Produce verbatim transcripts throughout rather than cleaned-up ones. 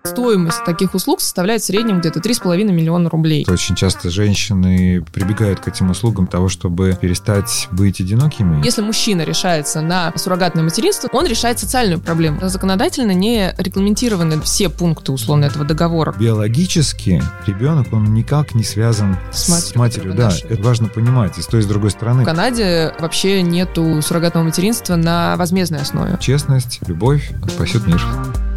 Стоимость таких услуг составляет в среднем где-то три с половиной миллиона рублей. Очень часто женщины прибегают к этим услугам того, чтобы перестать быть одинокими. Если мужчина решается на суррогатное материнство, он решает социальную проблему. Законодательно не регламентированы все пункты условно этого договора. Биологически ребенок, он никак не связан с матерью. С матерью да, это важно понимать. И с той, и с другой стороны. В Канаде вообще нету суррогатного материнства на возмездной основе. Честность, любовь спасет мир.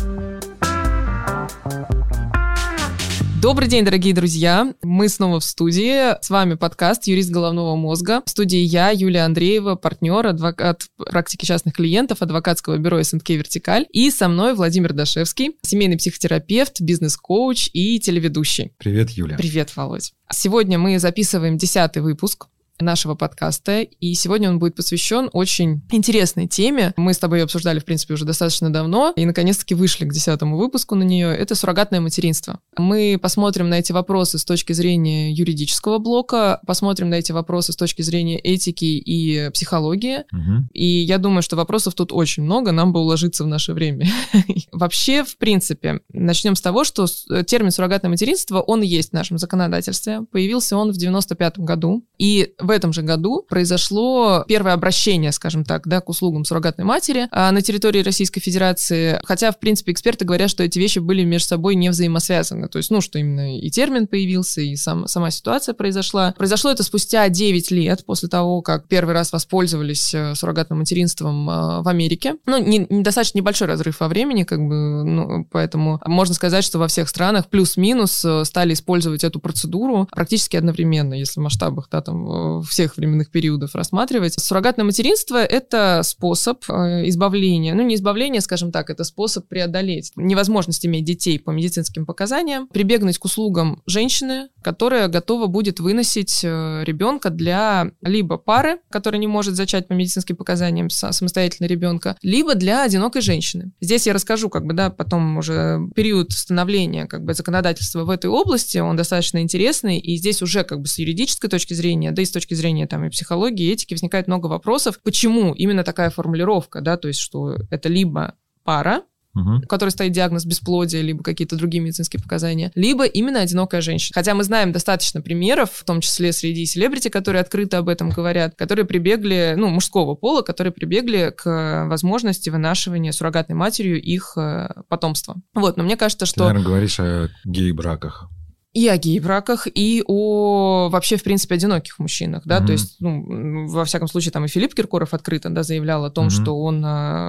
Добрый день, дорогие друзья! Мы снова в студии. С вами подкаст «Юрист головного мозга». В студии я, Юлия Андреева, партнер, адвокат практики частных клиентов, адвокатского бюро эс энд кей «Вертикаль». И со мной Владимир Дашевский, семейный психотерапевт, бизнес-коуч и телеведущий. Привет, Юля. Привет, Володь. Сегодня мы записываем десятый выпуск нашего подкаста, и сегодня он будет посвящен очень интересной теме. Мы с тобой ее обсуждали, в принципе, уже достаточно давно, и наконец-таки вышли к десятому выпуску на нее. Это суррогатное материнство. Мы посмотрим на эти вопросы с точки зрения юридического блока, посмотрим на эти вопросы с точки зрения этики и психологии, угу. И я думаю, что вопросов тут очень много, нам бы уложиться в наше время. Вообще, в принципе, начнем с того, что термин суррогатное материнство, он есть в нашем законодательстве. Появился он в девяносто пятом году, и в этом же году произошло первое обращение, скажем так, да, к услугам суррогатной матери на территории Российской Федерации, хотя, в принципе, эксперты говорят, что эти вещи были между собой не взаимосвязаны, то есть, ну, что именно и термин появился, и сам, сама ситуация произошла. Произошло это спустя девять лет после того, как первый раз воспользовались суррогатным материнством в Америке. Ну, не, недостаточно небольшой разрыв во времени, как бы, ну, поэтому можно сказать, что во всех странах плюс-минус стали использовать эту процедуру практически одновременно, если в масштабах, да, там, всех временных периодов рассматривать. Суррогатное материнство — это способ избавления, ну не избавления, скажем так, это способ преодолеть невозможность иметь детей по медицинским показаниям, прибегнуть к услугам женщины, которая готова будет выносить ребенка для либо пары, которая не может зачать по медицинским показаниям самостоятельно ребенка, либо для одинокой женщины. Здесь я расскажу, как бы, да, потом уже период становления, как бы, законодательства в этой области, он достаточно интересный, и здесь уже, как бы, с юридической точки зрения, да и с точки зрения там и психологии, и этики возникает много вопросов, почему именно такая формулировка, да, то есть, что это либо пара, Uh-huh. у которой стоит диагноз бесплодия, либо какие-то другие медицинские показания, либо именно одинокая женщина. Хотя мы знаем достаточно примеров, в том числе среди селебрити, которые открыто об этом говорят, которые прибегли, ну, мужского пола, которые прибегли к возможности вынашивания суррогатной матерью их потомства. Вот, но мне кажется, что... Ты, наверное, говоришь о гей-браках. И о гей-браках, и о вообще, в принципе, одиноких мужчинах, да, mm-hmm. то есть, ну, во всяком случае, там и Филипп Киркоров открыто, да, заявлял о том, mm-hmm. что он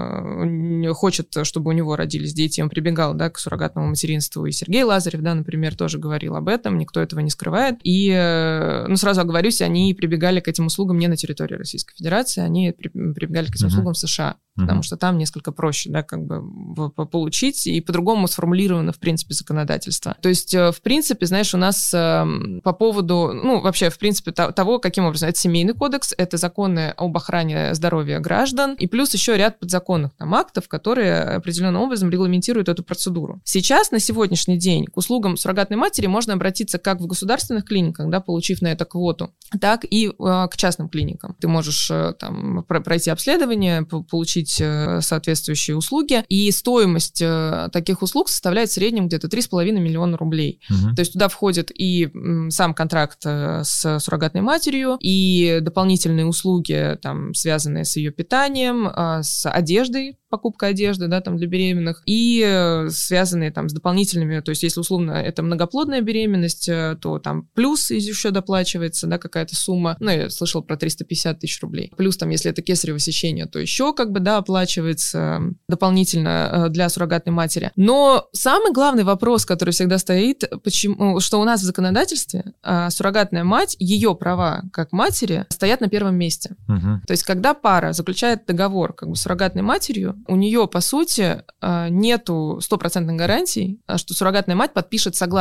а, хочет, чтобы у него родились дети, он прибегал, да, к суррогатному материнству, и Сергей Лазарев, да, например, тоже говорил об этом, никто этого не скрывает, и, ну, сразу оговорюсь, они прибегали к этим услугам не на территории Российской Федерации, они прибегали к этим mm-hmm. услугам в США, mm-hmm. потому что там несколько проще, да, как бы получить, и по-другому сформулировано, в принципе, законодательство. То есть, в принципе, знаешь, у нас э, по поводу, ну, вообще, в принципе, то, того, каким образом, это семейный кодекс, это законы об охране здоровья граждан, и плюс еще ряд подзаконных там актов, которые определенным образом регламентируют эту процедуру. Сейчас, на сегодняшний день, к услугам суррогатной матери можно обратиться как в государственных клиниках, да, получив на это квоту, так и э, к частным клиникам. Ты можешь э, там пройти обследование, получить э, соответствующие услуги, и стоимость э, таких услуг составляет в среднем где-то три с половиной миллиона рублей. Угу. То есть туда входит и сам контракт с суррогатной матерью, и дополнительные услуги, там, связанные с ее питанием, с одеждой, покупка одежды, да, там, для беременных, и связанные там с дополнительными, то есть если условно это многоплодная беременность, то там плюс еще доплачивается, да, какая-то сумма, ну, я слышал про триста пятьдесят тысяч рублей. Плюс там, если это кесарево сечение, то еще как бы, да, оплачивается дополнительно для суррогатной матери. Но самый главный вопрос, который всегда стоит, почему, что у нас в законодательстве суррогатная мать, ее права как матери стоят на первом месте. Угу. То есть когда пара заключает договор как бы с суррогатной матерью, у нее, по сути, нету стопроцентных гарантий, что суррогатная мать подпишет согласие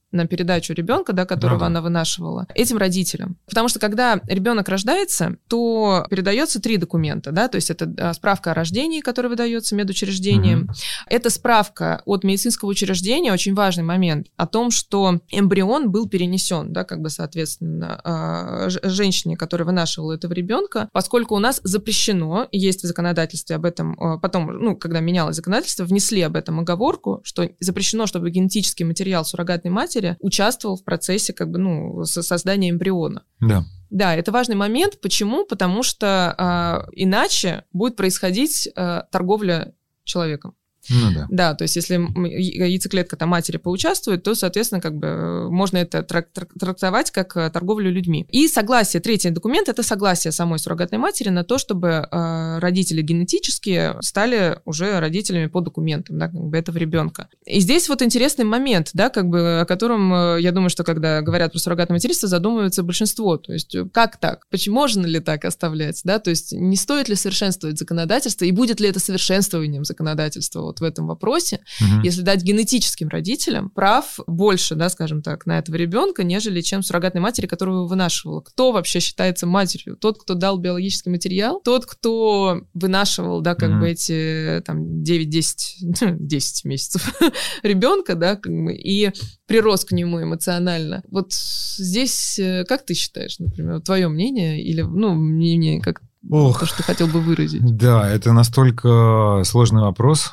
на передачу ребенка, да, которого да, она вынашивала, этим родителям. Потому что когда ребенок рождается, то передается три документа, да, то есть это справка о рождении, которая выдается медучреждением, угу. это справка от медицинского учреждения, очень важный момент, о том, что эмбрион был перенесен, да, как бы, соответственно, женщине, которая вынашивала этого ребенка, поскольку у нас запрещено, есть в законодательстве об этом, потом, ну, когда менялось законодательство, внесли об этом оговорку, что запрещено, чтобы генетический материал суррогатной матери участвовал в процессе, как бы, ну, создания эмбриона. Да. Да, это важный момент. Почему? Потому что э, иначе будет происходить э, торговля человеком. Ну да. Да, то есть если яйцеклетка там матери поучаствует, то, соответственно, как бы можно это трак- трактовать как торговлю людьми. И согласие, третий документ, это согласие самой суррогатной матери на то, чтобы э, родители генетические стали уже родителями по документам, да, как бы этого ребенка. И здесь вот интересный момент, да, как бы, о котором, э, я думаю, что когда говорят про суррогатное материнство, задумывается большинство. То есть как так? Почему, можно ли так оставлять? Да? То есть не стоит ли совершенствовать законодательство, и будет ли это совершенствованием законодательства вот в этом вопросе, угу. если дать генетическим родителям прав больше, да, скажем так, на этого ребенка, нежели чем суррогатной матери, которую вынашивала. Кто вообще считается матерью? Тот, кто дал биологический материал, тот, кто вынашивал, да, как угу. бы эти там девять-десять месяцев ребенка, да, как бы, и прирос к нему эмоционально. Вот здесь, как ты считаешь, например, твое мнение или, ну, мнение как Ох, то, что ты хотел бы выразить? Да, это настолько сложный вопрос.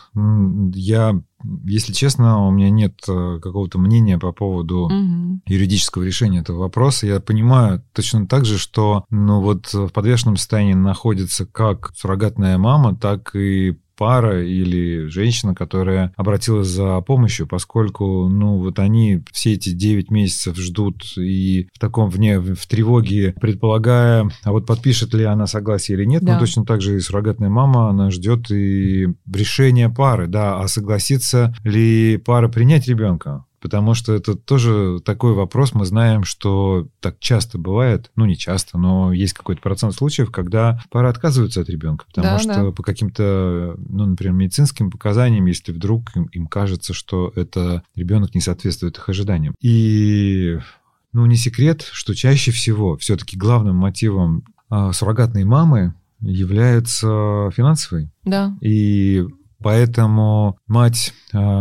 Я, если честно, у меня нет какого-то мнения по поводу угу. юридического решения этого вопроса. Я понимаю точно так же, что ну, вот в подвешенном состоянии находится как суррогатная мама, так и пара или женщина, которая обратилась за помощью, поскольку, ну, вот они все эти девять месяцев ждут и в таком вне, в тревоге, предполагая, а вот подпишет ли она согласие или нет, да. ну, точно так же и суррогатная мама, она ждет и решения пары, да, а согласится ли пара принять ребенка. Потому что это тоже такой вопрос. Мы знаем, что так часто бывает, ну не часто, но есть какой-то процент случаев, когда пара отказывается от ребенка, потому да, что да. по каким-то, ну, например, медицинским показаниям, если вдруг им, им кажется, что это ребенок не соответствует их ожиданиям. И, ну, не секрет, что чаще всего все-таки главным мотивом а, суррогатной мамы является финансовый. Да. И поэтому мать,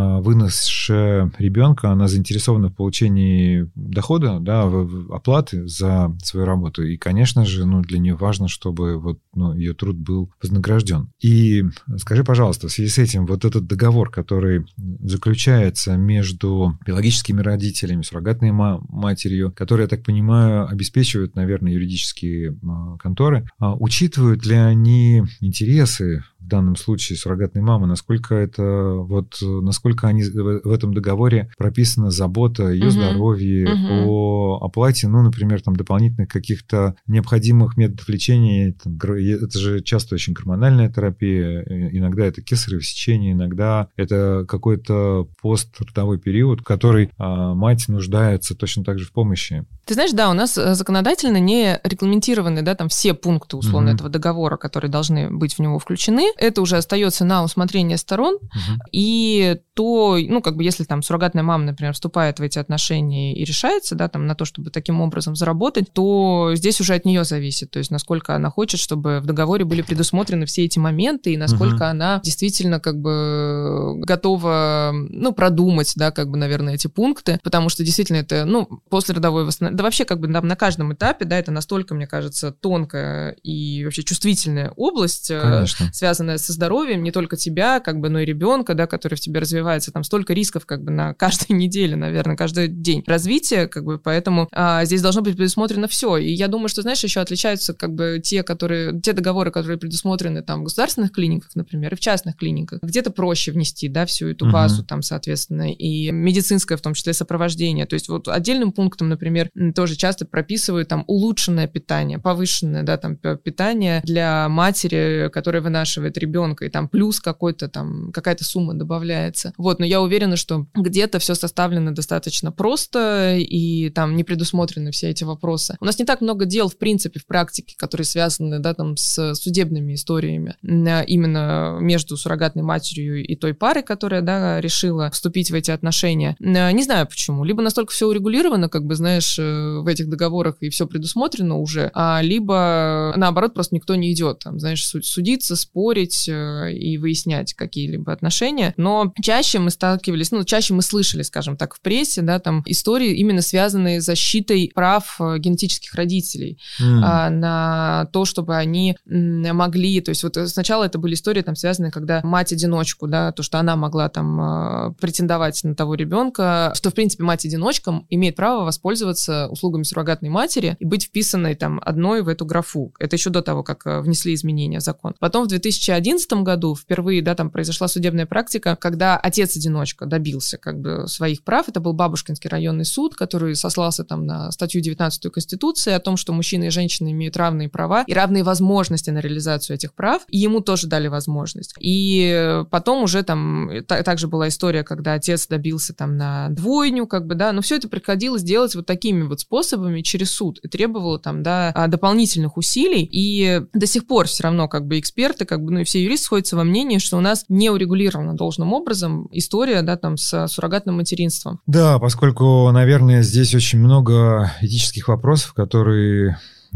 выносшая ребенка, она заинтересована в получении дохода, да, оплаты за свою работу. И, конечно же, ну, для нее важно, чтобы вот, ну, ее труд был вознагражден. И скажи, пожалуйста, в связи с этим вот этот договор, который заключается между биологическими родителями, суррогатной матерью, которые, я так понимаю, обеспечивают, наверное, юридические конторы, учитывают ли они интересы в данном случае суррогатной мамы, насколько это вот насколько они в этом договоре прописана забота о ее uh-huh. здоровье, uh-huh. о оплате, ну, например, там дополнительных каких-то необходимых методов лечения. Это же часто очень гормональная терапия, иногда это кесарево сечение, иногда это какой-то постродовой период, в который а, мать нуждается точно так же в помощи. Ты знаешь, да, у нас законодательно не регламентированы, да, там все пункты условно uh-huh. этого договора, которые должны быть в него включены. Это уже остается на усмотрение сторон. Uh-huh. И то, ну, как бы, если там суррогатная мама, например, вступает в эти отношения и решается, да, там, на то, чтобы таким образом заработать, то здесь уже от нее зависит, то есть насколько она хочет, чтобы в договоре были предусмотрены все эти моменты, и насколько uh-huh. она действительно, как бы, готова, ну, продумать, да, как бы, наверное, эти пункты, потому что действительно это, ну, послеродовое восстановление, да вообще, как бы, на, на каждом этапе, да, это настолько, мне кажется, тонкая и вообще чувствительная область, Конечно. связанная со здоровьем не только тебя, как бы, но и ребенка, да, который в тебе развивается, там столько рисков, как бы, на каждой неделе, наверное, каждый день развития, как бы, поэтому а, здесь должно быть предусмотрено все. И я думаю, что, знаешь, еще отличаются, как бы, те, которые, те договоры, которые предусмотрены там в государственных клиниках, например, и в частных клиниках. Где-то проще внести, да, всю эту базу, uh-huh. там, соответственно, и медицинское, в том числе, сопровождение. То есть вот отдельным пунктом, например, тоже часто прописывают там улучшенное питание, повышенное, да, там, питание для матери, которая вынашивает стоит ребенка, и там плюс какой-то там, какая-то сумма добавляется. Вот, но я уверена, что где-то все составлено достаточно просто, и там не предусмотрены все эти вопросы. У нас не так много дел, в принципе, в практике, которые связаны, да, там, с судебными историями, именно между суррогатной матерью и той парой, которая, да, решила вступить в эти отношения. Не знаю почему. Либо настолько все урегулировано, как бы, знаешь, в этих договорах, и все предусмотрено уже, а либо, наоборот, просто никто не идет, там, знаешь, судиться, спорить и выяснять какие-либо отношения. Но чаще мы сталкивались, ну, чаще мы слышали, скажем так, в прессе, да, там, истории, именно связанные с защитой прав генетических родителей mm. а, на то, чтобы они могли, то есть вот сначала это были истории, там, связанные, когда мать-одиночку, да, то, что она могла там претендовать на того ребенка, что, в принципе, мать-одиночка имеет право воспользоваться услугами суррогатной матери и быть вписанной там одной в эту графу. Это еще до того, как внесли изменения в закон. Потом в две тысячи одиннадцатом году впервые, да, там произошла судебная практика, когда отец-одиночка добился как бы своих прав. Это был Бабушкинский районный суд, который сослался там на статью девятнадцатую Конституции о том, что мужчины и женщины имеют равные права и равные возможности на реализацию этих прав, и ему тоже дали возможность. И потом уже там та- также была история, когда отец добился там на двойню, как бы, да, но все это приходилось делать вот такими вот способами через суд и требовало там, да, дополнительных усилий, и до сих пор все равно как бы эксперты, как бы, ну и все юристы сходятся во мнении, что у нас не урегулирована должным образом история, да, там, с суррогатным материнством. Да, поскольку, наверное, здесь очень много этических вопросов, которые,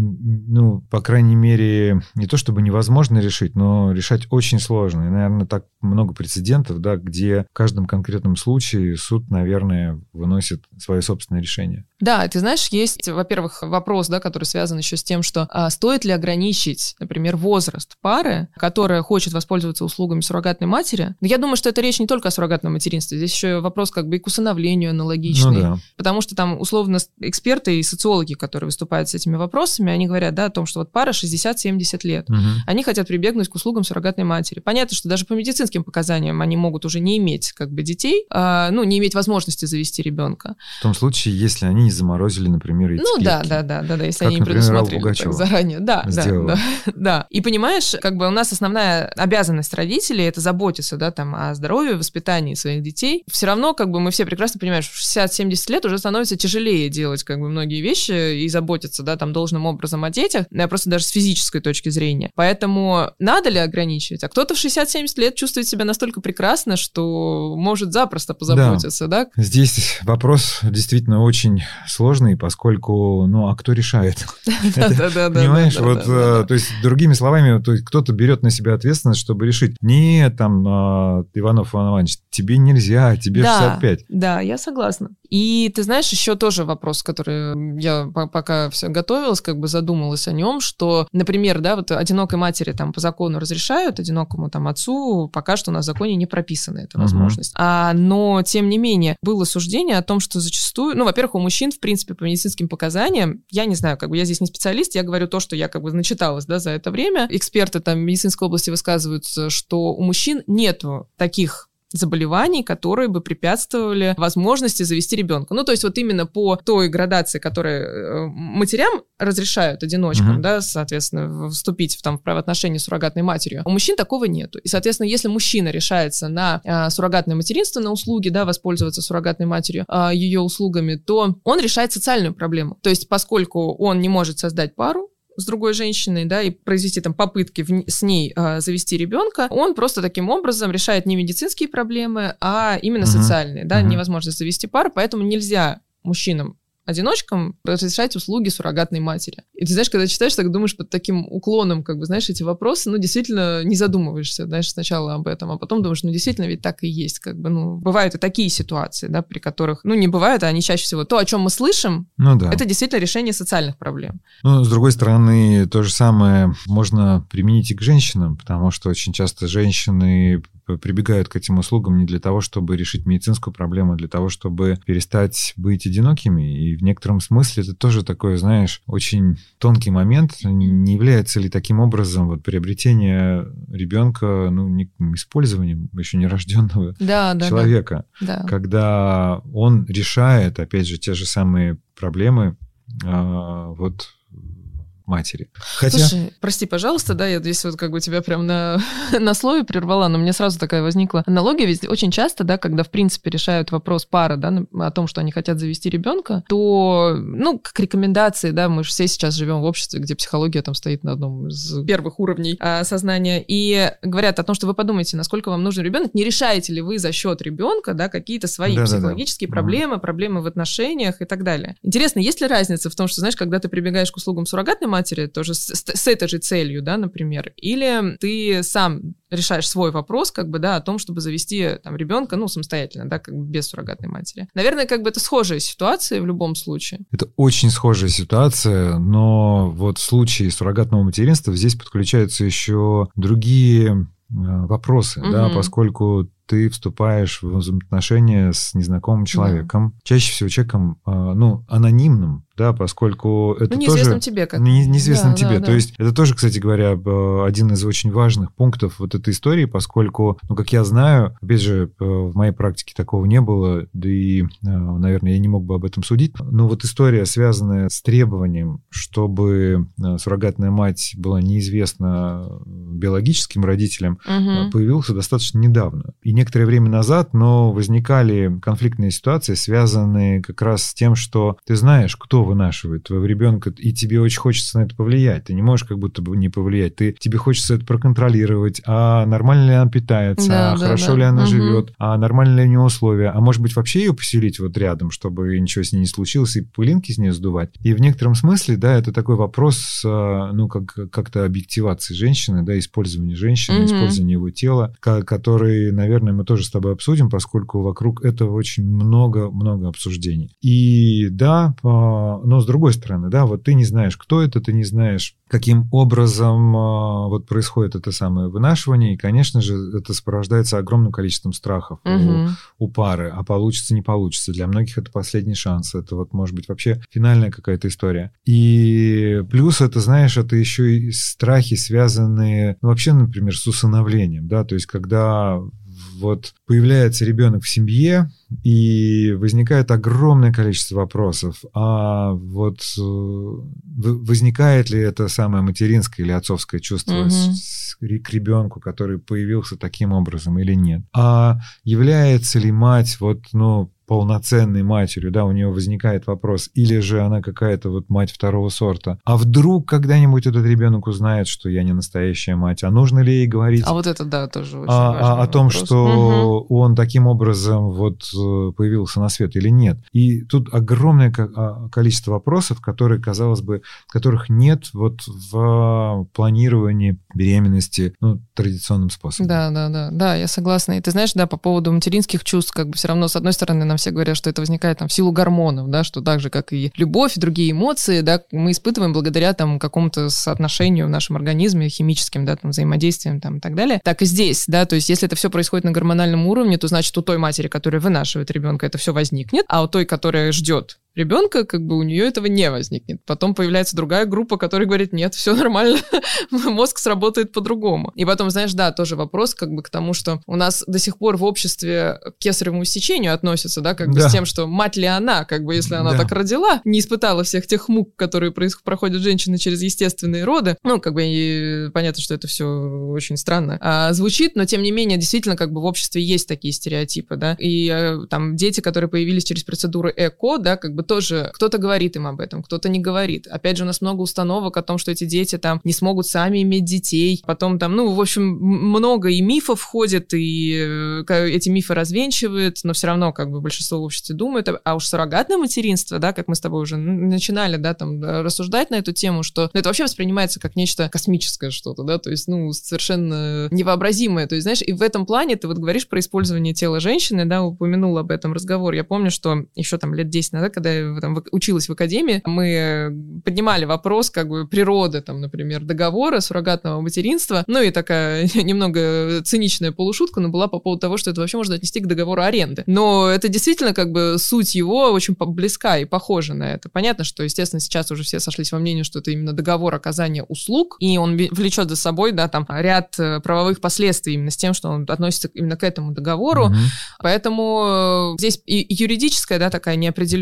ну, по крайней мере, не то чтобы невозможно решить, но решать очень сложно. И, наверное, так много прецедентов, да, где в каждом конкретном случае суд, наверное, выносит свое собственное решение. Да, ты знаешь, есть, во-первых, вопрос, да, который связан еще с тем, что а, стоит ли ограничить, например, возраст пары, которая хочет воспользоваться услугами суррогатной матери. Но я думаю, что это речь не только о суррогатном материнстве, здесь еще вопрос как бы и к усыновлению аналогичный. Ну, да. Потому что там, условно, эксперты и социологи, которые выступают с этими вопросами, они говорят, да, о том, что вот пара шестьдесят-семьдесят лет, угу. они хотят прибегнуть к услугам суррогатной матери. Понятно, что даже по медицинским показаниям они могут уже не иметь как бы детей, а, ну, не иметь возможности завести ребенка. В том случае, если они не заморозили, например, эти Ну, да, да, да, да, да, если как, они не предусмотрели так заранее. Да, да, да, да. И понимаешь, как бы у нас основная обязанность родителей — это заботиться, да, там, о здоровье, воспитании своих детей. Все равно, как бы, мы все прекрасно понимаем, что в шестьдесят-семьдесят лет уже становится тяжелее делать, как бы, многие вещи и заботиться, да, там, должным образом о детях, просто даже с физической точки зрения. Поэтому надо ли ограничивать? А кто-то в шестьдесят-семьдесят лет чувствует себя настолько прекрасно, что может запросто позаботиться, да? да? Здесь вопрос действительно очень сложный, поскольку, ну, а кто решает? Понимаешь, вот, то есть, другими словами, кто-то берет на себя ответственность, чтобы решить. Нет, там, Иванов Иван Иванович, тебе нельзя, тебе шестьдесят пять. Да, я согласна. И ты знаешь, еще тоже вопрос, который я пока все готовилась, как бы задумалась о нем, что, например, да, вот одинокой матери там по закону разрешают, одинокому там отцу пока что у нас в законе не прописана эта возможность. Uh-huh. А, но, тем не менее, было суждение о том, что зачастую, ну, во-первых, у мужчин, в принципе, по медицинским показаниям, я не знаю, как бы я здесь не специалист, я говорю то, что я как бы начиталась, да, за это время. Эксперты там в медицинской области высказываются, что у мужчин нету таких заболеваний, которые бы препятствовали возможности завести ребенка. Ну, то есть вот именно по той градации, которая матерям разрешают, одиночкам, uh-huh. да, соответственно, вступить в, там, в правоотношения с суррогатной матерью, у мужчин такого нету. И, соответственно, если мужчина решается на а, суррогатное материнство, на услуги, да, воспользоваться суррогатной матерью, а, ее услугами, то он решает социальную проблему. То есть поскольку он не может создать пару с другой женщиной, да, и произвести там попытки в, с ней а, завести ребенка, он просто таким образом решает не медицинские проблемы, а именно uh-huh. социальные, да, uh-huh. невозможность завести пару, поэтому нельзя мужчинам одиночкам разрешать услуги суррогатной матери. И ты знаешь, когда читаешь, так думаешь под таким уклоном, как бы, знаешь, эти вопросы, ну, действительно не задумываешься, знаешь, сначала об этом, а потом думаешь, ну, действительно ведь так и есть, как бы, ну, бывают и такие ситуации, да, при которых, ну, не бывают, а они чаще всего, то, о чем мы слышим, ну, да. это действительно решение социальных проблем. Ну, с другой стороны, то же самое можно применить и к женщинам, потому что очень часто женщины прибегают к этим услугам не для того, чтобы решить медицинскую проблему, а для того, чтобы перестать быть одинокими. И в некотором смысле это тоже такой, знаешь, очень тонкий момент. Не является ли таким образом вот приобретение ребенка, ну, не использованием еще нерожденного да, человека, да, да. когда он решает, опять же, те же самые проблемы, а, вот матери. Хотя... Слушай, прости, пожалуйста, да, я здесь вот как бы тебя прям на, на слове прервала, но мне сразу такая возникла аналогия, ведь очень часто, да, когда, в принципе, решают вопрос пары, да, о том, что они хотят завести ребенка, то, ну, как рекомендации, да, мы же все сейчас живем в обществе, где психология там стоит на одном из первых уровней а, сознания, и говорят о том, что вы подумайте, насколько вам нужен ребенок, не решаете ли вы за счет ребенка, да, какие-то свои да, психологические да, да. проблемы, mm-hmm. проблемы в отношениях и так далее. Интересно, есть ли разница в том, что, знаешь, когда ты прибегаешь к услугам суррогатной матери, тоже с, с, с этой же целью, да, например, или ты сам решаешь свой вопрос, как бы, да, о том, чтобы завести там ребенка, ну, самостоятельно, да, как бы без суррогатной матери. Наверное, как бы это схожая ситуация в любом случае. Это очень схожая ситуация, но вот в случае суррогатного материнства здесь подключаются еще другие вопросы, угу. да, поскольку ты вступаешь в взаимоотношения с незнакомым человеком, да. чаще всего человеком, ну, анонимным, да, поскольку это ну, неизвестным тоже... тебе как. Не, неизвестным да, тебе. Да, То да. есть это тоже, кстати говоря, один из очень важных пунктов вот этой истории, поскольку, ну, как я знаю, опять же, в моей практике такого не было, да и, наверное, я не мог бы об этом судить, но вот история, связанная с требованием, чтобы суррогатная мать была неизвестна биологическим родителям, угу. появился достаточно недавно. И некоторое время назад, но возникали конфликтные ситуации, связанные как раз с тем, что ты знаешь, кто вынашивает твоего ребенка, и тебе очень хочется на это повлиять. Ты не можешь как будто бы не повлиять. Ты, тебе хочется это проконтролировать, а нормально ли она питается, да, а да, хорошо да. ли она угу. живет, а нормально ли у нее условия, а может быть вообще ее поселить вот рядом, чтобы ничего с ней не случилось, и пылинки с ней сдувать. И в некотором смысле, да, это такой вопрос, ну, как, как-то объективации женщины, да, использования женщины, угу. использования его тела, который, наверное, мы тоже с тобой обсудим, поскольку вокруг этого очень много-много обсуждений. И да, но с другой стороны, да, вот ты не знаешь, кто это, ты не знаешь, каким образом вот происходит это самое вынашивание, и, конечно же, это сопровождается огромным количеством страхов угу. у, у пары, а получится, не получится. Для многих это последний шанс, это вот может быть вообще финальная какая-то история. И плюс это, знаешь, это еще и страхи, связанные, ну, вообще, например, с усыновлением, да, то есть когда вот появляется ребенок в семье, и возникает огромное количество вопросов. А вот возникает ли это самое материнское или отцовское чувство угу. с, к ребенку, который появился таким образом, или нет? А является ли мать вот, ну, полноценной матерью, да, у нее возникает вопрос, или же она какая-то вот мать второго сорта. А вдруг когда-нибудь этот ребенок узнает, что я не настоящая мать, а нужно ли ей говорить? А вот это, да, тоже очень а, важный а, о том, вопрос. что угу. он таким образом вот появился на свет или нет. И тут огромное количество вопросов, которые, казалось бы, которых нет вот в планировании беременности, ну, традиционным способом. Да, да, да, да, я согласна. И ты знаешь, да, по поводу материнских чувств, как бы все равно, с одной стороны, нам все говорят, что это возникает там в силу гормонов, да, что так же, как и любовь, и другие эмоции, да, мы испытываем благодаря там какому-то соотношению в нашем организме, химическим, да, там, взаимодействием там и так далее. Так и здесь, да, то есть если это все происходит на гормональном уровне, то значит у той матери, которая вынашивает ребенка, это все возникнет, а у той, которая ждет ребенка, как бы у нее этого не возникнет. Потом появляется другая группа, которая говорит, нет, все нормально, мозг сработает по-другому. И потом, знаешь, да, тоже вопрос как бы к тому, что у нас до сих пор в обществе к кесаревому сечению относятся, да, как бы да. с тем, что мать ли она, как бы если она да. так родила, не испытала всех тех мук, которые происходят, проходят женщины через естественные роды. Ну, как бы и понятно, что это все очень странно а, звучит, но тем не менее, действительно, как бы в обществе есть такие стереотипы, да, и а, там дети, которые появились через процедуры ЭКО, да, как бы тоже кто-то говорит им об этом, кто-то не говорит. Опять же, у нас много установок о том, что эти дети там не смогут сами иметь детей. Потом там, ну, в общем, много и мифов входит, и эти мифы развенчивают, но все равно как бы большинство в обществе думает. А уж суррогатное материнство, да, как мы с тобой уже начинали, да, там рассуждать на эту тему, что ну, это вообще воспринимается как нечто космическое что-то, да, то есть, ну, совершенно невообразимое. То есть, знаешь, и в этом плане ты вот говоришь про использование тела женщины, да, упомянула об этом разговор. Я помню, что еще там лет десять назад, когда я там, училась в академии, мы поднимали вопрос как бы природы, там, например, договора суррогатного материнства, ну и такая немного циничная полушутка, но была по поводу того, что это вообще можно отнести к договору аренды. Но это действительно как бы суть его очень близка и похожа на это. Понятно, что, естественно, сейчас уже все сошлись во мнении, что это именно договор оказания услуг, и он влечет за собой, да, там, ряд правовых последствий именно с тем, что он относится именно к этому договору. Mm-hmm. Поэтому здесь и юридическая, да, такая неопределенность,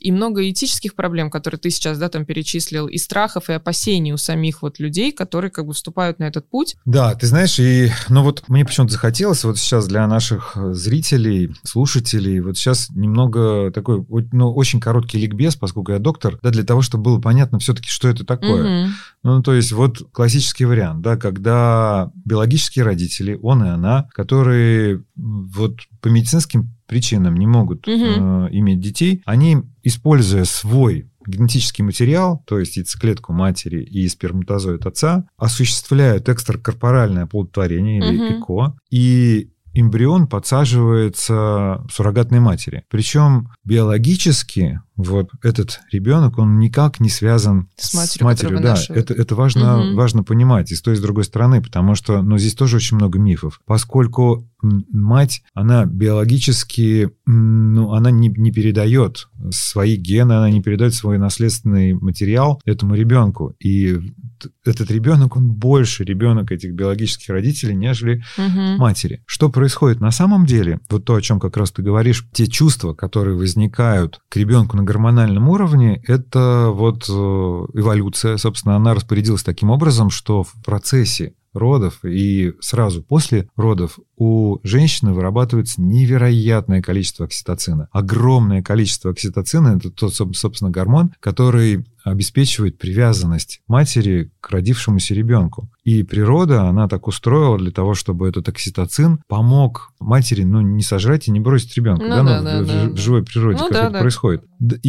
и много этических проблем, которые ты сейчас, да, там перечислил, и страхов, и опасений у самих вот людей, которые как бы вступают на этот путь. Да, ты знаешь, и, ну вот мне почему-то захотелось вот сейчас для наших зрителей, слушателей, вот сейчас немного такой, ну, очень короткий ликбез, поскольку я доктор, да, для того, чтобы было понятно все-таки, что это такое. Угу. Ну, то есть вот классический вариант, да, когда биологические родители, он и она, которые вот по медицинским причинам не могут угу. э, иметь детей, они, используя свой генетический материал, то есть яйцеклетку матери и сперматозоид отца, осуществляют экстракорпоральное оплодотворение или угу. ЭКО, и эмбрион подсаживается суррогатной матери. Причем биологически вот этот ребенок, он никак не связан с матерью. С матерью да, это, это важно, угу. важно понимать и с той, и с другой стороны, потому что ну, здесь тоже очень много мифов. Поскольку мать, она биологически, ну, она не, не передает свои гены, она не передает свой наследственный материал этому ребенку. И этот ребенок, он больше ребенок этих биологических родителей, нежели угу. матери. Что происходит на самом деле? Вот то, о чем как раз ты говоришь, те чувства, которые возникают к ребенку на гормональном уровне, это вот эволюция. Собственно, она распорядилась таким образом, что в процессе родов и сразу после родов у женщины вырабатывается невероятное количество окситоцина. Огромное количество окситоцина – это тот, собственно, гормон, который обеспечивает привязанность матери к родившемуся ребенку. И природа, она так устроила для того, чтобы этот окситоцин помог матери, ну, не сожрать и не бросить ребенка, ну, да, да, ну, да, в, да, в живой природе, ну, как да, это да. происходит.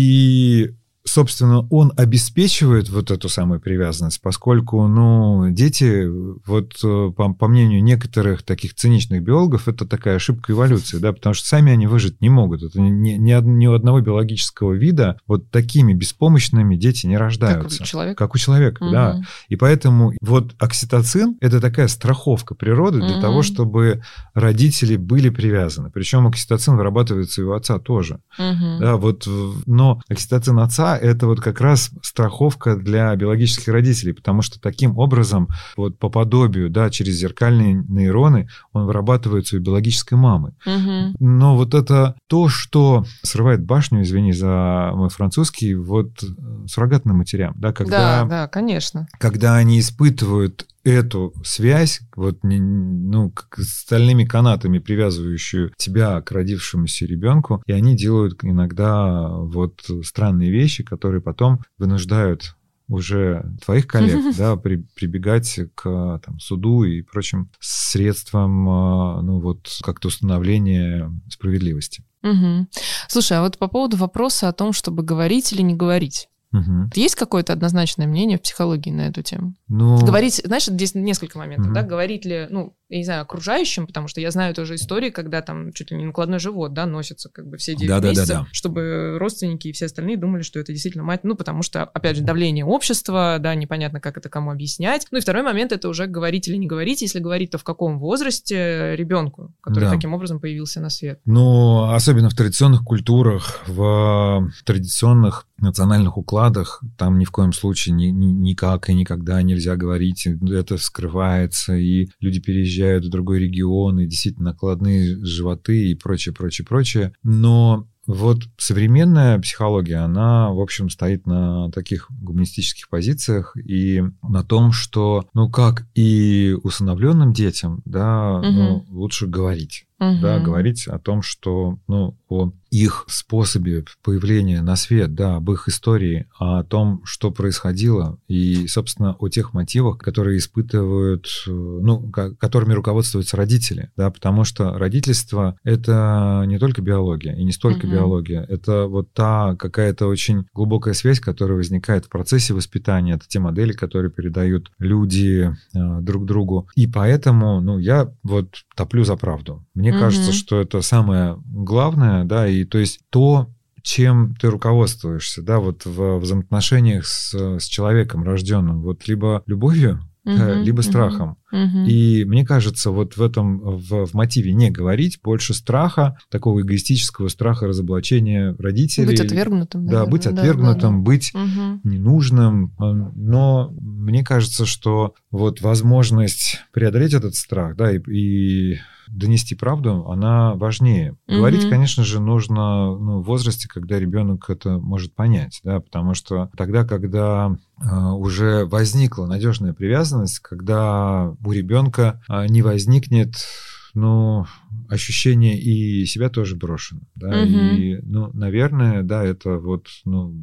И собственно, он обеспечивает вот эту самую привязанность, поскольку, ну, дети, вот по, по мнению некоторых таких циничных биологов, это такая ошибка эволюции, да, потому что сами они выжить не могут. Это ни, ни, ни у одного биологического вида вот такими беспомощными дети не рождаются. Как у человека? Как у человека, угу. да. И поэтому вот окситоцин – это такая страховка природы для угу. того, чтобы родители были привязаны. Причем окситоцин вырабатывается и у отца тоже. Угу. Да, вот, но окситоцин отца – это вот как раз страховка для биологических родителей, потому что таким образом, вот по подобию, да, через зеркальные нейроны он вырабатывается у биологической мамы. Угу. Но вот это то, что срывает башню, извини за мой французский, вот суррогатным матерям, да, когда, да, да, конечно. Когда они испытывают эту связь, вот, ну, как стальными канатами, привязывающую тебя к родившемуся ребенку, и они делают иногда вот странные вещи, которые потом вынуждают уже твоих коллег, да, при, прибегать к там, суду и прочим средствам, ну, вот, как-то установления справедливости. Угу. Слушай, а вот по поводу вопроса о том, чтобы говорить или не говорить. Угу. Есть какое-то однозначное мнение в психологии на эту тему? Ну... Говорить, знаешь, здесь несколько моментов, угу. да, говорить ли, ну, я не знаю, окружающим, потому что я знаю тоже истории, когда там чуть ли не накладной живот, да, носится как бы все девять да, месяцев, да, да, да. чтобы родственники и все остальные думали, что это действительно мать, ну, потому что, опять же, давление общества, да, непонятно, как это кому объяснять. Ну, и второй момент, это уже говорить или не говорить, если говорить, то в каком возрасте ребенку, который да. таким образом появился на свет. Ну, особенно в традиционных культурах, в традиционных национальных укладах, там ни в коем случае ни, ни, никак и никогда нельзя говорить, это скрывается, и люди переезжают в другой регион, и действительно накладные животы и прочее, прочее, прочее. Но вот современная психология, она, в общем, стоит на таких гуманистических позициях и на том, что, ну, как и усыновленным детям, да, угу. ну, лучше говорить. Угу. Да, говорить о том, что, ну, о их способе появления на свет, да, об их истории, о том, что происходило, и, собственно, о тех мотивах, которые испытывают, ну, которыми руководствуются родители, да, потому что родительство — это не только биология, и не столько угу. биология, это вот та какая-то очень глубокая связь, которая возникает в процессе воспитания, это те модели, которые передают люди э, друг другу, и поэтому, ну, я вот топлю за правду. Мне Мне mm-hmm. кажется, что это самое главное, да, и то есть то, чем ты руководствуешься, да, вот в взаимоотношениях с, с человеком рожденным, вот либо любовью, mm-hmm. да, либо страхом. Mm-hmm. И мне кажется, вот в этом, в, в мотиве не говорить, больше страха, такого эгоистического страха разоблачения родителей. Быть отвергнутым. Да, быть отвергнутым, да, да. быть mm-hmm. ненужным. Но мне кажется, что вот возможность преодолеть этот страх, да, и, и донести правду, она важнее. Mm-hmm. Говорить, конечно же, нужно ну, в возрасте, когда ребенок это может понять, да, потому что тогда, когда э, уже возникла надежная привязанность, когда у ребенка э, не возникнет ну, ощущение и себя тоже брошено, да, mm-hmm. и, ну, наверное, да, это вот, ну,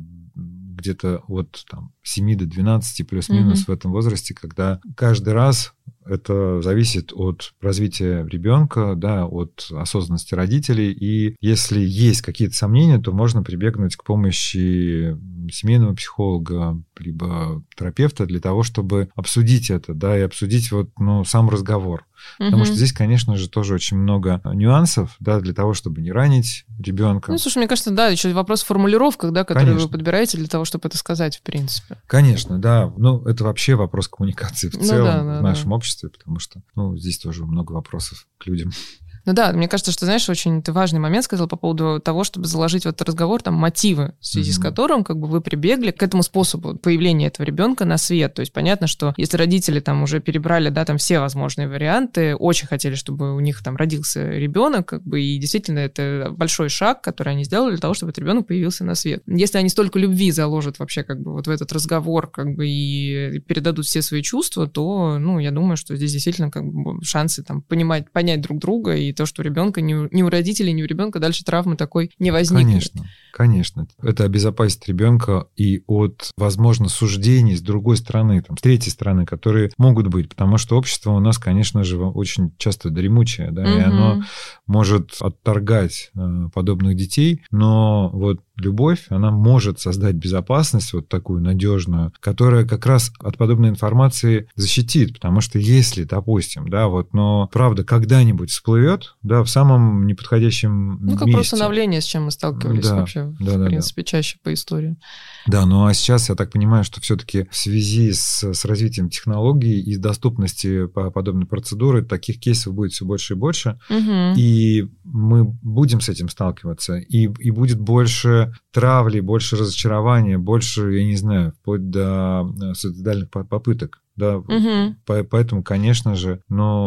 где-то от там, семи до двенадцати плюс-минус mm-hmm. в этом возрасте, когда каждый раз это зависит от развития ребенка, да, от осознанности родителей. И если есть какие-то сомнения, то можно прибегнуть к помощи семейного психолога, либо терапевта для того, чтобы обсудить это, да, и обсудить вот, ну, сам разговор. Потому mm-hmm. что здесь, конечно же, тоже очень много нюансов, да, для того, чтобы не ранить ребенка. Ну, слушай, мне кажется, да, еще вопрос в формулировках, да, которые конечно. Вы подбираете для того, чтобы это сказать, в принципе. Конечно, да. Ну, это вообще вопрос коммуникации в целом ну, да, да, в нашем да. обществе, потому что, ну, здесь тоже много вопросов к людям. Ну да, мне кажется, что, знаешь, очень ты важный момент сказал по поводу того, чтобы заложить в этот разговор там мотивы, в связи mm-hmm. с которым как бы вы прибегли к этому способу появления этого ребенка на свет. То есть понятно, что если родители там уже перебрали, да, там все возможные варианты, очень хотели, чтобы у них там родился ребенок, как бы, и действительно это большой шаг, который они сделали для того, чтобы этот ребенок появился на свет. Если они столько любви заложат вообще как бы вот в этот разговор, как бы, и передадут все свои чувства, то, ну, я думаю, что здесь действительно как бы шансы там понимать, понять друг друга и то, что у ребенка, ни у, ни у родителей, ни у ребенка дальше травмы такой не возникнет. Конечно, конечно. Это обезопасит ребенка и от, возможно, суждений с другой стороны, там, с третьей стороны, которые могут быть, потому что общество у нас, конечно же, очень часто дремучее, да, угу. и оно может отторгать э, подобных детей, но вот любовь, она может создать безопасность вот такую надежную, которая как раз от подобной информации защитит, потому что если, допустим, да, вот, но правда когда-нибудь всплывет, да, в самом неподходящем ну, как месте. усыновление, с чем мы сталкивались да, вообще, да, в да, принципе, да. чаще по истории. Да, ну а сейчас я так понимаю, что все-таки в связи с, с развитием технологий и доступности по подобной процедуры таких кейсов будет все больше и больше, угу. и мы будем с этим сталкиваться, и, и будет больше травли, больше разочарования, больше, я не знаю, вплоть до суицидальных попыток. Да, угу. Поэтому, конечно же,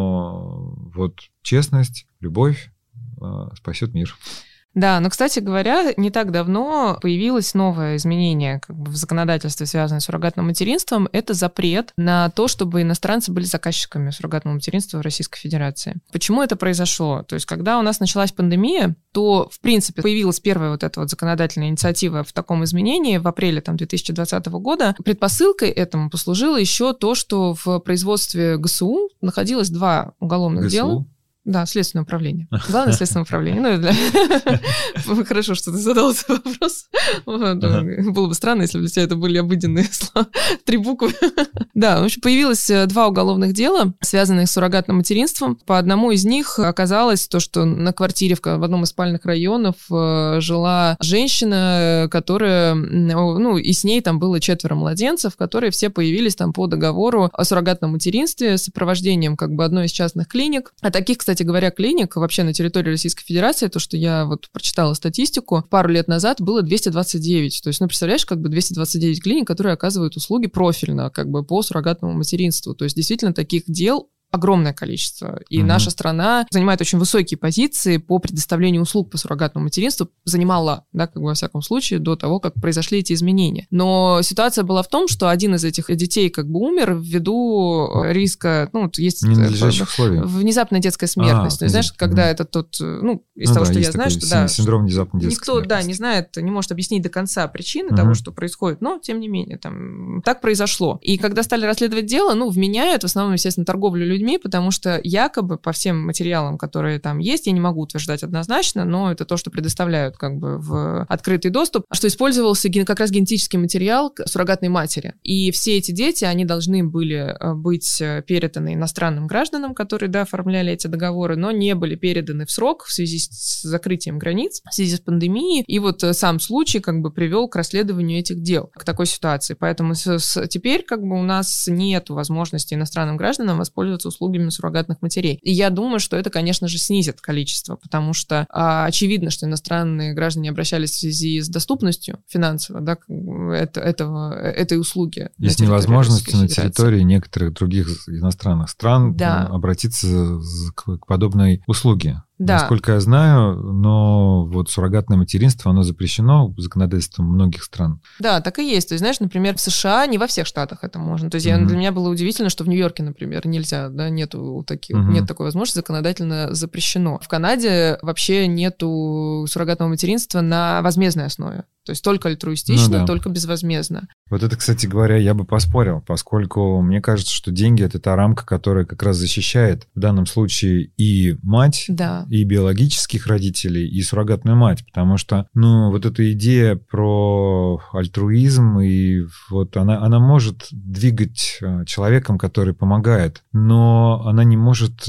но вот честность, любовь спасет мир. Да, но, кстати говоря, не так давно появилось новое изменение как бы в законодательстве, связанное с суррогатным материнством. Это запрет на то, чтобы иностранцы были заказчиками суррогатного материнства в Российской Федерации. Почему это произошло? То есть, когда у нас началась пандемия, то, в принципе, появилась первая вот эта вот законодательная инициатива в таком изменении в апреле там, две тысячи двадцатого года. Предпосылкой этому послужило еще то, что в производстве ГСУ находилось два уголовных ГСУ? Дела. Да, следственное управление. Главное следственное управление. Ну, для... Хорошо, что ты задал этот вопрос. Вот. Ага. Было бы странно, если бы для тебя это были обыденные слова. Три буквы. Да, в общем, появилось два уголовных дела, связанных с суррогатным материнством. По одному из них оказалось то, что на квартире в одном из спальных районов жила женщина, которая... Ну, и с ней там было четверо младенцев, которые все появились там по договору о суррогатном материнстве с сопровождением как бы одной из частных клиник. А таких, кстати, Кстати говоря, клиник вообще на территории Российской Федерации, то, что я вот прочитала статистику, пару лет назад было двести двадцать девять. То есть, ну, представляешь, как бы двести двадцать девять клиник, которые оказывают услуги профильно, как бы по суррогатному материнству. То есть, действительно, таких дел огромное количество. И mm-hmm. наша страна занимает очень высокие позиции по предоставлению услуг по суррогатному материнству. Занимала, да, как бы во всяком случае, до того, как произошли эти изменения. Но ситуация была в том, что один из этих детей как бы умер ввиду риска, ну, есть ненадлежащих условий. Внезапная детская смертность. А, То есть, знаешь, mm-hmm. когда это тот, ну, из ну, того, да, что я знаю, что да, синдром внезапной детской никто, смертности. да, не знает, не может объяснить до конца причины mm-hmm. того, что происходит, но, тем не менее, там, так произошло. И когда стали расследовать дело, ну, вменяют в основном, естественно, торговлю людьми, потому что якобы по всем материалам, которые там есть, я не могу утверждать однозначно, но это то, что предоставляют как бы в открытый доступ, что использовался как раз генетический материал суррогатной матери. И все эти дети, они должны были быть переданы иностранным гражданам, которые, да, оформляли эти договоры, но не были переданы в срок в связи с закрытием границ, в связи с пандемией. И вот сам случай как бы привел к расследованию этих дел, к такой ситуации. Поэтому с, с, теперь как бы у нас нет возможности иностранным гражданам воспользоваться услугами суррогатных матерей. И я думаю, что это, конечно же, снизит количество, потому что а, очевидно, что иностранные граждане обращались в связи с доступностью финансово, да, это, этого, этой услуги. Есть невозможность на территории некоторых других иностранных стран да. обратиться к, к подобной услуге. Да. Насколько я знаю, но вот суррогатное материнство, оно запрещено законодательством многих стран. Да, так и есть. То есть, знаешь, например, в США не во всех штатах это можно. То есть mm-hmm. для меня было удивительно, что в Нью-Йорке, например, нельзя, да, нету таких, mm-hmm. нет такой возможности, законодательно запрещено. В Канаде вообще нету суррогатного материнства на возмездной основе. То есть только альтруистично, ну, да. только безвозмездно. Вот это, кстати говоря, я бы поспорил, поскольку мне кажется, что деньги – это та рамка, которая как раз защищает в данном случае и мать, да. и биологических родителей, и суррогатную мать, потому что, ну, вот эта идея про альтруизм, и вот она, она может двигать человеком, который помогает, но она не может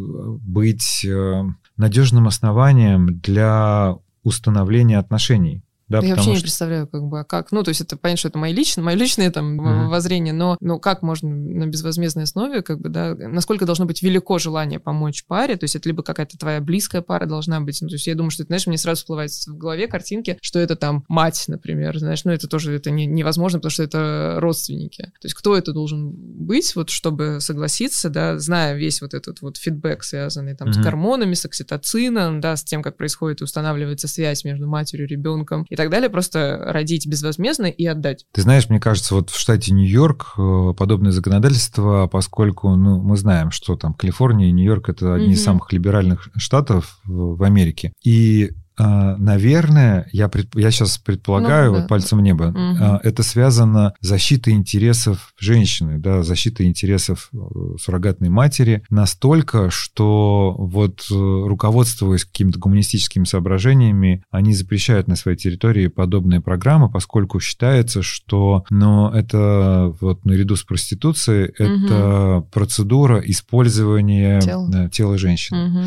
быть надежным основанием для установления отношений. Да, я вообще что... не представляю, как бы, а как. Ну, то есть это понятно, что это мои личные, мое личное там mm-hmm. воззрение, но, но как можно на безвозмездной основе, как бы, да, насколько должно быть велико желание помочь паре, то есть это либо какая-то твоя близкая пара должна быть, ну, то есть я думаю, что это, знаешь, мне сразу всплывает в голове картинки, что это там мать, например, знаешь, ну, это тоже это не, невозможно, потому что это родственники. То есть кто это должен быть, вот, чтобы согласиться, да, зная весь вот этот вот фидбэк, связанный там mm-hmm. с гормонами, с окситоцином, да, с тем, как происходит и устанавливается связь между матерью и ребенком, и так далее, просто родить безвозмездно и отдать. Ты знаешь, мне кажется, вот в штате Нью-Йорк подобное законодательство, поскольку, ну, мы знаем, что там Калифорния и Нью-Йорк — это одни mm-hmm. из самых либеральных штатов в Америке. И наверное, я, предп... я сейчас предполагаю, ну, вот да. пальцем в небо, угу. это связано с защитой интересов женщины, да, защитой интересов суррогатной матери настолько, что вот руководствуясь какими-то гуманистическими соображениями, они запрещают на своей территории подобные программы, поскольку считается, что, ну, это вот наряду с проституцией, угу. это процедура использования Тел. тела женщины. Угу.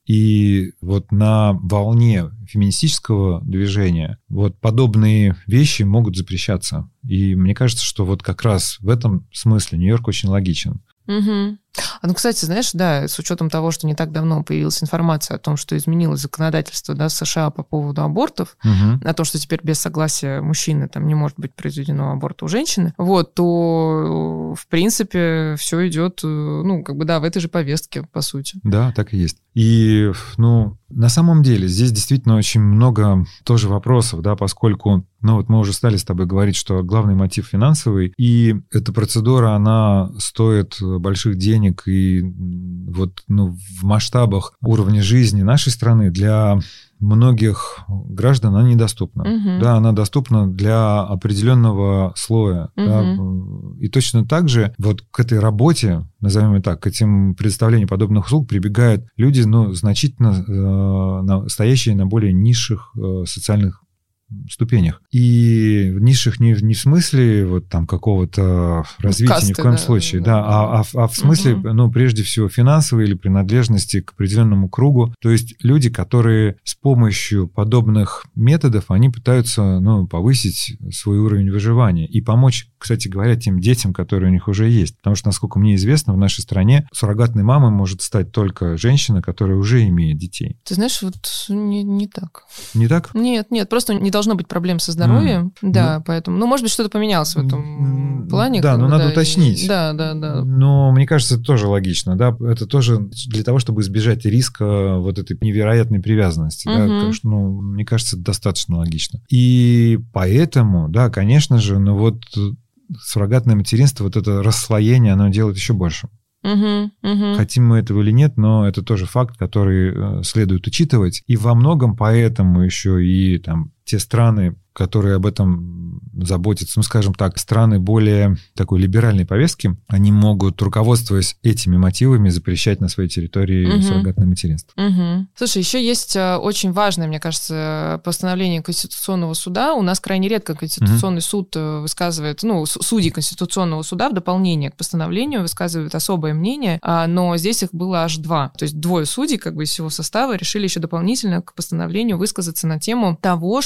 И вот на волне феминистического движения вот подобные вещи могут запрещаться. И мне кажется, что вот как раз в этом смысле Нью-Йорк очень логичен. Угу. А, ну, кстати, знаешь, да, с учетом того, что не так давно появилась информация о том, что изменилось законодательство, да, США по поводу абортов, угу. о том, что теперь без согласия мужчины там не может быть произведено аборт у женщины, вот, то, в принципе, все идет, ну, как бы, да, в этой же повестке, по сути. Да, так и есть. И, ну, на самом деле, здесь действительно очень много тоже вопросов, да, поскольку, ну, вот мы уже стали с тобой говорить, что главный мотив финансовый, и эта процедура, она стоит больших денег, и вот, ну, в масштабах уровня жизни нашей страны для многих граждан она недоступна. Угу. Да, она доступна для определенного слоя. Угу. Да, и точно так же вот к этой работе, назовем ее так, к этим предоставлению подобных услуг прибегают люди, ну, значительно э, на, стоящие на более низших э, социальных ступенях. И низших не, не в смысле вот там какого-то развития, касты, ни в коем да, случае, да, да, а, а, а в смысле, угу. ну, прежде всего, финансовой или принадлежности к определенному кругу. То есть люди, которые с помощью подобных методов, они пытаются, ну, повысить свой уровень выживания и помочь, кстати говоря, тем детям, которые у них уже есть. Потому что, насколько мне известно, в нашей стране суррогатной мамой может стать только женщина, которая уже имеет детей. Ты знаешь, вот не, не так. Не так? Нет, нет, просто не должно быть проблем со здоровьем, mm. да, ну, поэтому, ну, может быть, что-то поменялось в этом плане. Да, но надо да, уточнить. И, да, да, да. Но мне кажется, это тоже логично, да, это тоже для того, чтобы избежать риска вот этой невероятной привязанности, uh-huh. да, ну, мне кажется, это достаточно логично. И поэтому, да, конечно же, ну вот суррогатное материнство, вот это расслоение, оно делает еще больше. Uh-huh, uh-huh. Хотим мы этого или нет, но это тоже факт, который следует учитывать. И во многом поэтому еще и там те страны, которые об этом заботятся, ну, скажем так, страны более такой либеральной повестки, они могут, руководствуясь этими мотивами, запрещать на своей территории угу. суррогатное материнство. Угу. Слушай, еще есть очень важное, мне кажется, постановление Конституционного суда. У нас крайне редко Конституционный угу. суд высказывает, ну, судьи Конституционного суда в дополнение к постановлению высказывают особое мнение, но здесь их было аж два. То есть двое судей, как бы из всего состава, решили еще дополнительно к постановлению высказаться на тему того, что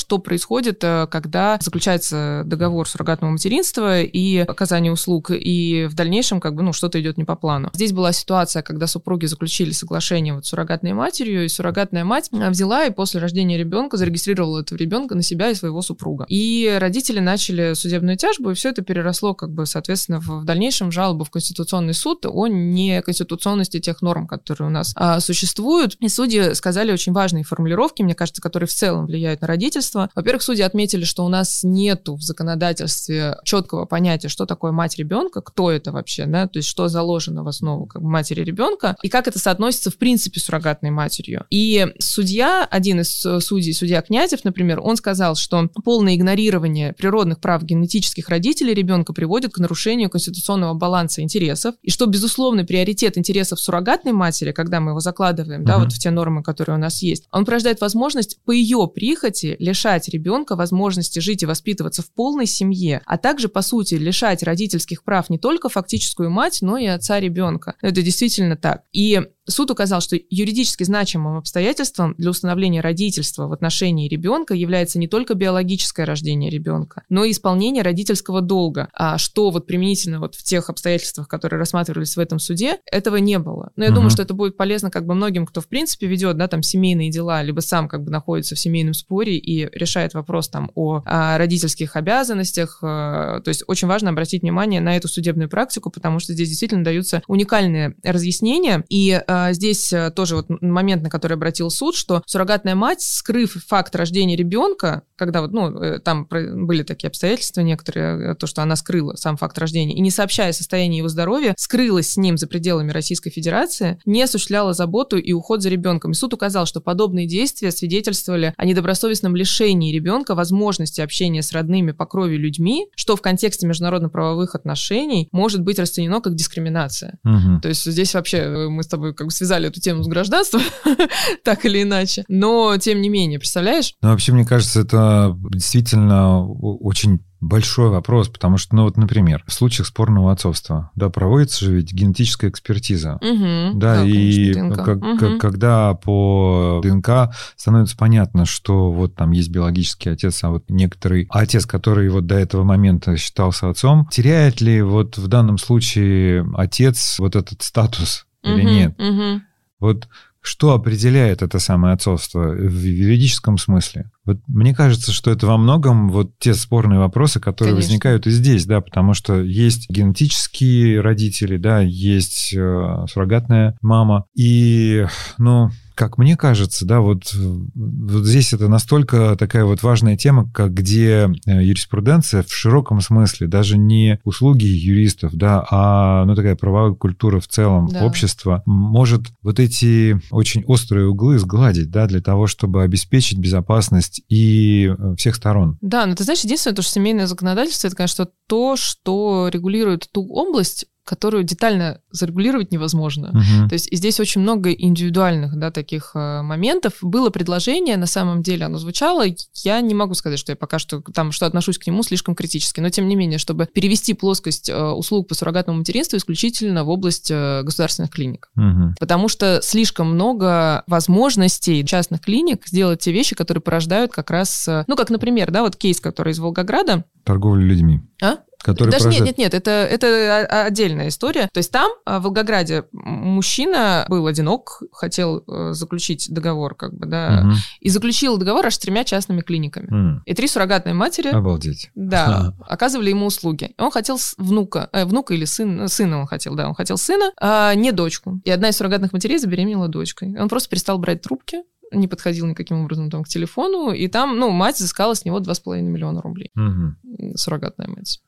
что происходит, когда заключается договор суррогатного материнства и оказания услуг, и в дальнейшем как бы, ну, что-то идет не по плану. Здесь была ситуация, когда супруги заключили соглашение вот с суррогатной матерью, и суррогатная мать взяла и после рождения ребенка зарегистрировала этого ребенка на себя и своего супруга. И родители начали судебную тяжбу, и все это переросло, как бы, соответственно, в дальнейшем в жалобу в Конституционный суд о неконституционности тех норм, которые у нас а, существуют. И судьи сказали очень важные формулировки, мне кажется, которые в целом влияют на родительство. Во-первых, судьи отметили, что у нас нету в законодательстве четкого понятия, что такое мать ребенка, кто это вообще, да, то есть что заложено в основу как бы матери ребенка, и как это соотносится в принципе с суррогатной матерью. И судья, один из судей, судья Князев, например, он сказал, что полное игнорирование природных прав генетических родителей ребенка приводит к нарушению конституционного баланса интересов, и что, безусловно, приоритет интересов суррогатной матери, когда мы его закладываем, uh-huh. да, вот в те нормы, которые у нас есть, он порождает возможность по ее прихоти лишать ребенка возможности жить и воспитываться в полной семье, а также, по сути, лишать родительских прав не только фактическую мать, но и отца ребенка. Это действительно так. И суд указал, что юридически значимым обстоятельством для установления родительства в отношении ребенка является не только биологическое рождение ребенка, но и исполнение родительского долга. А что вот применительно вот в тех обстоятельствах, которые рассматривались в этом суде, этого не было. Но я uh-huh. думаю, что это будет полезно как бы многим, кто в принципе ведет, да, там семейные дела, либо сам как бы находится в семейном споре и решает вопрос там о, о родительских обязанностях. То есть очень важно обратить внимание на эту судебную практику, потому что здесь действительно даются уникальные разъяснения. И здесь тоже вот момент, на который обратил суд, что суррогатная мать, скрыв факт рождения ребенка, когда вот, ну, там были такие обстоятельства некоторые, то, что она скрыла сам факт рождения, и не сообщая состояние его здоровья, скрылась с ним за пределами Российской Федерации, не осуществляла заботу и уход за ребенком. И суд указал, что подобные действия свидетельствовали о недобросовестном лишении ребенка возможности общения с родными по крови людьми, что в контексте международно-правовых отношений может быть расценено как дискриминация. Угу. То есть здесь вообще мы с тобой как бы связали эту тему с гражданством, так или иначе. Но, тем не менее, представляешь? Ну, вообще, мне кажется, это действительно очень большой вопрос, потому что, ну вот, например, в случаях спорного отцовства, да, проводится же ведь генетическая экспертиза, угу, да, да, и конечно, как, угу. как, когда по ДНК становится понятно, что вот там есть биологический отец, а вот некоторый отец, который вот до этого момента считался отцом, теряет ли вот в данном случае отец вот этот статус угу, или нет? Угу. Вот что определяет это самое отцовство в юридическом смысле? Вот мне кажется, что это во многом вот те спорные вопросы, которые Конечно. возникают и здесь, да, потому что есть генетические родители, да, есть э, суррогатная мама, и, ну, как мне кажется, да, вот, вот здесь это настолько такая вот важная тема, как где юриспруденция в широком смысле, даже не услуги юристов, да, а, ну, такая правовая культура в целом, да. общества, может вот эти очень острые углы сгладить, да, для того, чтобы обеспечить безопасность и всех сторон. Да, но ты знаешь, единственное, то, что семейное законодательство, это, конечно, то, что регулирует ту область, которую детально зарегулировать невозможно. Uh-huh. То есть и здесь очень много индивидуальных, да, таких э, моментов. Было предложение, на самом деле оно звучало, я не могу сказать, что я пока что там, что отношусь к нему слишком критически, но тем не менее, чтобы перевести плоскость э, услуг по суррогатному материнству исключительно в область э, государственных клиник. Uh-huh. Потому что слишком много возможностей частных клиник сделать те вещи, которые порождают как раз, э, ну, как, например, да, вот кейс, который из Волгограда. Торговля людьми. А? Который Даже прожит... нет, нет, нет, это, это отдельная история. То есть там, в Волгограде, мужчина был одинок, хотел заключить договор, как бы, да, угу. и заключил договор аж с тремя частными клиниками. Угу. И три суррогатные матери... Обалдеть. Да, оказывали ему услуги. И он хотел внука, э, внука или сын, сына он хотел, да, он хотел сына, а не дочку. И одна из суррогатных матерей забеременела дочкой. Он просто перестал брать трубки, не подходил никаким образом там к телефону, и там, ну, мать взыскала с него два с половиной миллиона рублей. Угу. Суррогатная мать.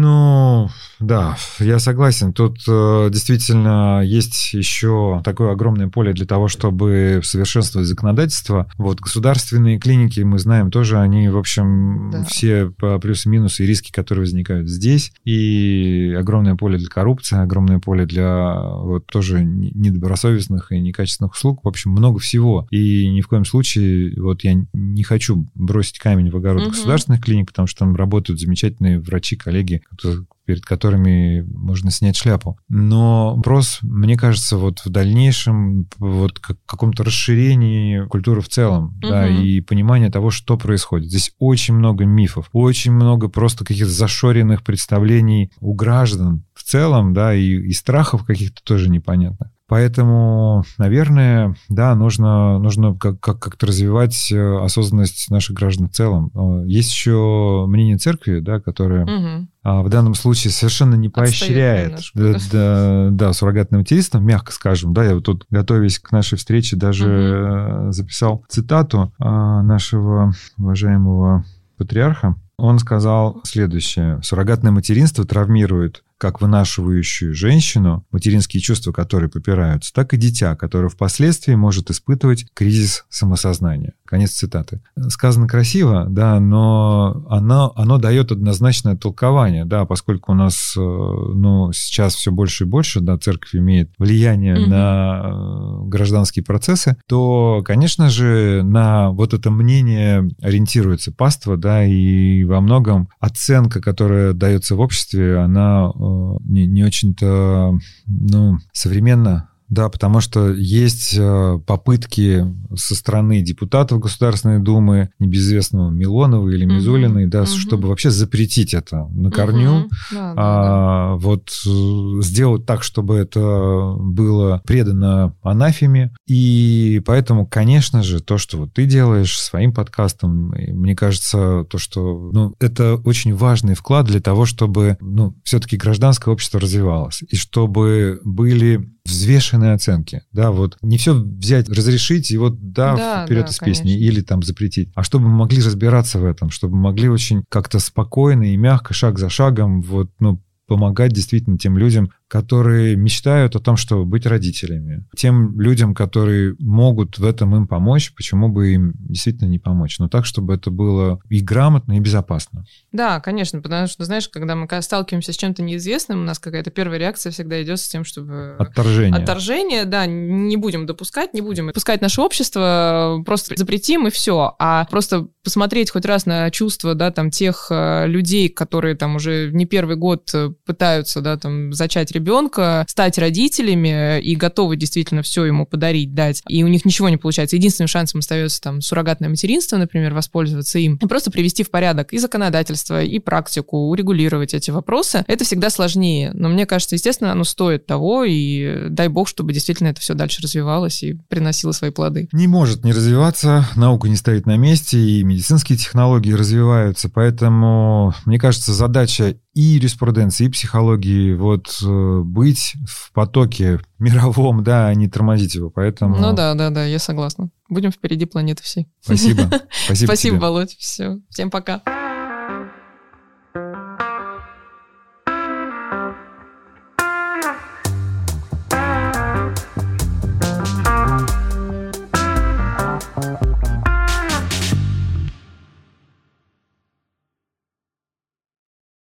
Ну, да, я согласен. Тут э, действительно есть еще такое огромное поле для того, чтобы совершенствовать законодательство. Вот государственные клиники, мы знаем, тоже они, в общем, да. все плюсы и минусы и риски, которые возникают здесь. И огромное поле для коррупции, огромное поле для вот тоже недобросовестных и некачественных услуг. В общем, много всего. И ни в коем случае вот я не хочу бросить камень в огород угу. государственных клиник, потому что там работают замечательные врачи, коллеги, перед которыми можно снять шляпу. Но вопрос, мне кажется, вот в дальнейшем вот к какому-то расширении культуры в целом, угу. да, и понимания того, что происходит. Здесь очень много мифов, очень много просто каких-то зашоренных представлений у граждан в целом, да, и, и страхов каких-то тоже непонятных. Поэтому, наверное, да, нужно, нужно как, как, как-то развивать осознанность наших граждан в целом. Есть еще мнение церкви, да, которое угу. в данном случае совершенно не поощряет да, да, да, суррогатное материнство, мягко скажем. Да, я вот тут, готовясь к нашей встрече, даже угу. записал цитату нашего уважаемого патриарха. Он сказал следующее. Суррогатное материнство травмирует как вынашивающую женщину, материнские чувства, которые попираются, так и дитя, которое впоследствии может испытывать кризис самосознания. Конец цитаты. Сказано красиво, да, но оно, оно дает однозначное толкование, да, поскольку у нас, ну, сейчас все больше и больше, да, церковь имеет влияние mm-hmm. на гражданские процессы, то, конечно же, на вот это мнение ориентируется паства, да, и во многом оценка, которая дается в обществе, она не, не очень-то, ну, современно. Да, потому что есть попытки со стороны депутатов Государственной Думы, небезызвестного Милонова или Мизулиной, mm-hmm. да, mm-hmm. чтобы вообще запретить это на корню, mm-hmm. да, а, да, да. вот сделать так, чтобы это было предано анафеме. И поэтому, конечно же, то, что вот ты делаешь своим подкастом, мне кажется, то, что, ну, это очень важный вклад для того, чтобы, ну, все-таки гражданское общество развивалось, и чтобы были взвешенные оценки, да, вот не все взять, разрешить и вот да, да вперед да, из песни конечно. Или там запретить, а чтобы мы могли разбираться в этом, чтобы мы могли очень как-то спокойно и мягко, шаг за шагом вот, ну, помогать действительно тем людям, которые мечтают о том, чтобы быть родителями. Тем людям, которые могут в этом им помочь, почему бы им действительно не помочь? Но так, чтобы это было и грамотно, и безопасно. Да, конечно, потому что, знаешь, когда мы сталкиваемся с чем-то неизвестным, у нас какая-то первая реакция всегда идет с тем, чтобы... Отторжение. Отторжение, да, не будем допускать, не будем пускать наше общество, просто запретим и все. А просто посмотреть хоть раз на чувства, да, там, тех людей, которые там уже не первый год пытаются, да, там, зачать ребенка, стать родителями и готовы действительно все ему подарить, дать, и у них ничего не получается. Единственным шансом остается там суррогатное материнство, например, воспользоваться им, и просто привести в порядок и законодательство, и практику, урегулировать эти вопросы. Это всегда сложнее, но мне кажется, естественно, оно стоит того, и дай бог, чтобы действительно это все дальше развивалось и приносило свои плоды. Не может не развиваться, наука не стоит на месте, и медицинские технологии развиваются, поэтому, мне кажется, задача и юриспруденции, и психологии вот быть в потоке мировом, да, а не тормозить его, поэтому... Ну да, да, да, я согласна. Будем впереди планеты всей. Спасибо. Спасибо, Спасибо, Володь. Все. Всем пока.